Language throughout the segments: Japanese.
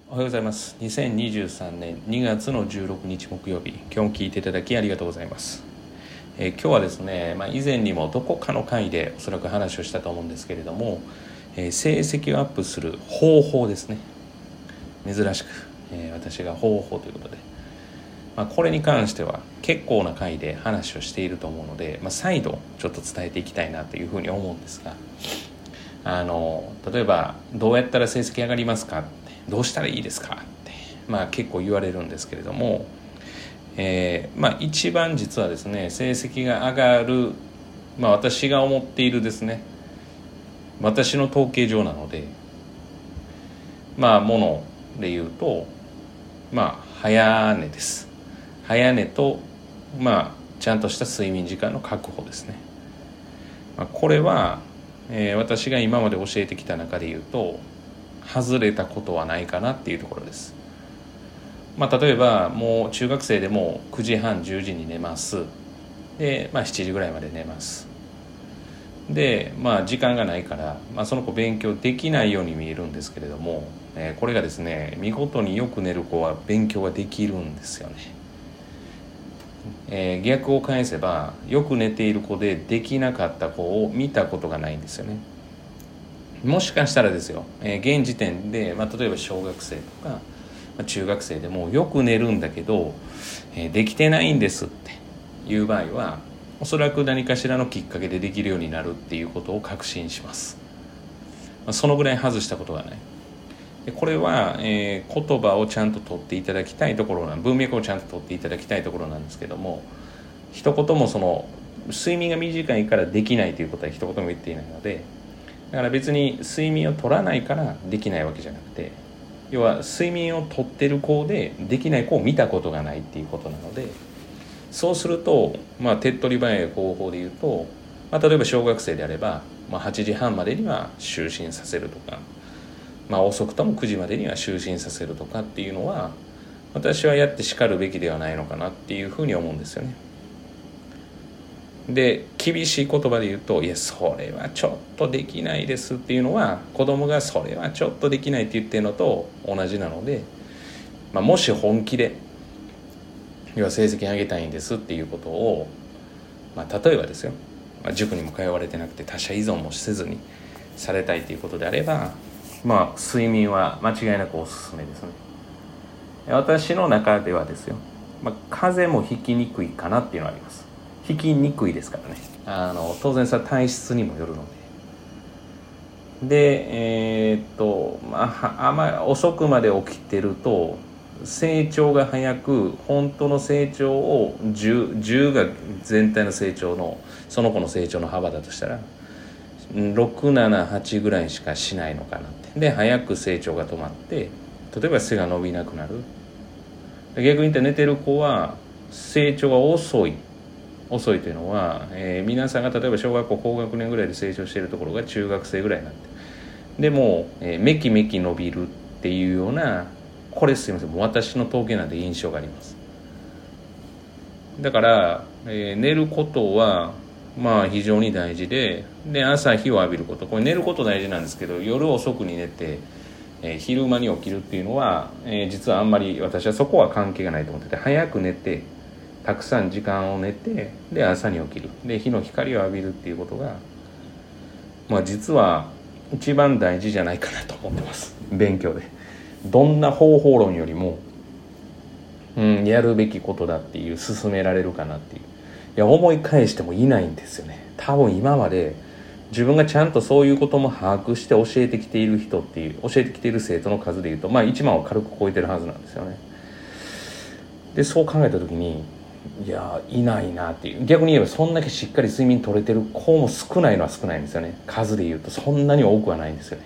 おはようございます。2023年2月の16日木曜日、今日も聞いていただきありがとうございます。今日はですね、以前にもどこかの回でおそらく話をしたと思うんですけれども、成績をアップする方法ですね。珍しく、私が方法ということで、これに関しては結構な回で話をしていると思うので、再度ちょっと伝えていきたいなというふうに思うんですが、例えばどうやったら成績上がりますか、どうしたらいいですかって、結構言われるんですけれども、一番実はですね、成績が上がる、私が思っているですね、私の統計上なので、もので言うと、早寝です。早寝と、ちゃんとした睡眠時間の確保ですね。これは、私が今まで教えてきた中で言うと外れたことはないかなっていうところです。例えばもう中学生でも9時半10時に寝ます。で、7時ぐらいまで寝ます。で時間がないから、その子勉強できないように見えるんですけれども、これがですね、見事によく寝る子は勉強ができるんですよね。逆を返せばよく寝ている子でできなかった子を見たことがないんですよね。もしかしたらですよ、現時点で、例えば小学生とか、中学生でもよく寝るんだけど、できてないんですっていう場合はおそらく何かしらのきっかけでできるようになるっていうことを確信します。そのぐらい外したことがない。これは、言葉をちゃんと取っていただきたいところ文脈をちゃんと取っていただきたいところなんですけども、一言もその睡眠が短いからできないということは一言も言っていないので、だから別に睡眠を取らないからできないわけじゃなくて、要は睡眠を取ってる子でできない子を見たことがないっていうことなので、そうすると手っ取り早い方法で言うと、例えば小学生であれば、8時半までには就寝させるとか、遅くとも9時までには就寝させるとかっていうのは、私はやってしかるべきではないのかなっていうふうに思うんですよね。で厳しい言葉で言うと、いやそれはちょっとできないですっていうのは、子供がそれはちょっとできないって言ってるのと同じなので、もし本気で要は成績上げたいんですっていうことを、例えばですよ、塾にも通われてなくて他者依存もせずにされたいということであれば、睡眠は間違いなくおすすめですね。私の中ではですよ、風邪もひきにくいかなっていうのはあります。ひきにくいですからね。当然さ体質にもよるので、遅くまで起きてると成長が早く、本当の成長を 10が全体の成長のその子の成長の幅だとしたら678ぐらいしかしないのかなって。で早く成長が止まって、例えば背が伸びなくなる。逆に言って寝てる子は成長が遅いというのは、皆さんが例えば小学校高学年ぐらいで成長しているところが中学生ぐらいになって、でも、めきめき伸びるっていうような、これすいません、もう私の統計なんで印象があります。だから、寝ることは非常に大事で、朝日を浴びること、これ寝ること大事なんですけど、夜遅くに寝て、昼間に起きるっていうのは、実はあんまり私はそこは関係がないと思ってて、早く寝てたくさん時間を寝て、で朝に起きる、で日の光を浴びるっていうことが、実は一番大事じゃないかなと思ってます。勉強でどんな方法論よりも、やるべきことだっていう、勧められるかなっていう。いや思い返してもいないんですよね。多分今まで自分がちゃんとそういうことも把握して教えてきている人っていう、教えてきている生徒の数でいうと1万を軽く超えてるはずなんですよね。でそう考えた時に、いやいないなっていう。逆に言えばそんだけしっかり睡眠取れてる子も少ないのは少ないんですよね。数で言うとそんなに多くはないんですよ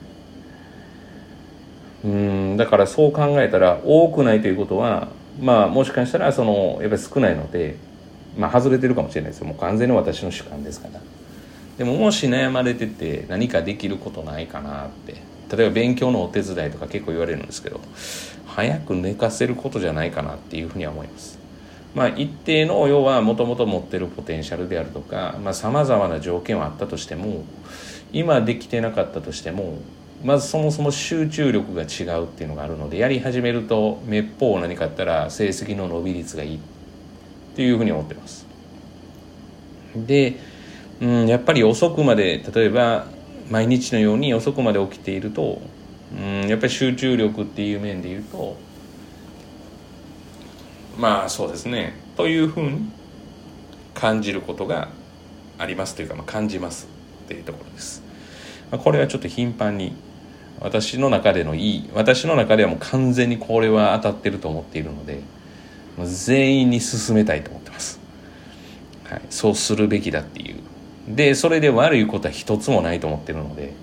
ね。だからそう考えたら、多くないということはもしかしたらやっぱり少ないので、外れてるかもしれないですよ。もう完全に私の主観ですから。でももし悩まれてて何かできることないかなって、例えば勉強のお手伝いとか結構言われるんですけど、早く寝かせることじゃないかなっていうふうには思います。一定の要はもともと持ってるポテンシャルであるとか、さまざまな条件はあったとしても、今できてなかったとしても、 まずそもそも集中力が違うっていうのがあるので、やり始めるとめっぽう何かあったら成績の伸び率がいいっていうふうに思ってます。で、やっぱり遅くまで、例えば毎日のように遅くまで起きていると、やっぱり集中力っていう面で言うと、まあそうですねというふうに感じることがありますというか、感じますっていうところです。これはちょっと頻繁に私の中ではもう完全にこれは当たってると思っているので、全員に勧めたいと思ってます。はい、そうするべきだっていう。でそれで悪いことは一つもないと思ってるので、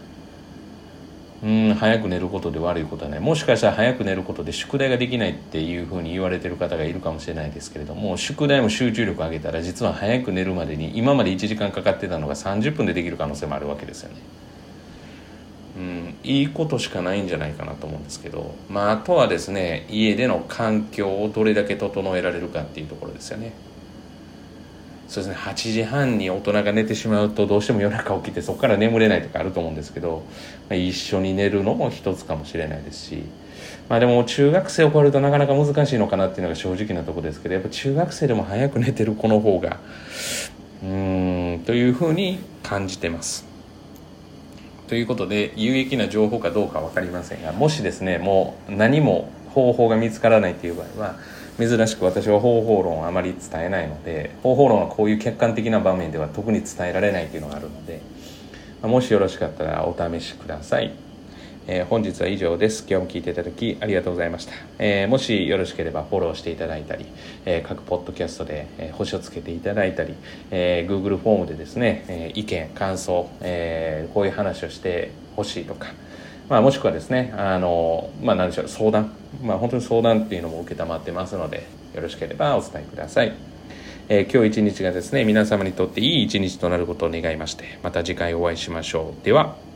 早く寝ることで悪いことはない。もしかしたら早く寝ることで宿題ができないっていうふうに言われてる方がいるかもしれないですけれども、宿題も集中力を上げたら実は早く寝るまでに今まで1時間かかってたのが30分でできる可能性もあるわけですよね。いいことしかないんじゃないかなと思うんですけど、あとはですね、家での環境をどれだけ整えられるかっていうところですよね。そうですね、8時半に大人が寝てしまうとどうしても夜中起きてそこから眠れないとかあると思うんですけど、一緒に寝るのも一つかもしれないですし、でも中学生を超えるとなかなか難しいのかなっていうのが正直なところですけど、やっぱ中学生でも早く寝てる子の方がというふうに感じてます。ということで有益な情報かどうか分かりませんが、もしですねもう何も方法が見つからないという場合は、珍しく私は方法論をあまり伝えないので、方法論はこういう客観的な場面では特に伝えられないというのがあるので、もしよろしかったらお試しください。本日は以上です。今日も聞いていただきありがとうございました。もしよろしければフォローしていただいたり、各ポッドキャストで、星をつけていただいたり、Google フォームでですね、意見感想、こういう話をしてほしいとか、もしくはですね何でしょう、相談、本当に相談っていうのも承ってますので、よろしければお伝えください。今日一日がですね皆様にとっていい一日となることを願いまして、また次回お会いしましょう。では。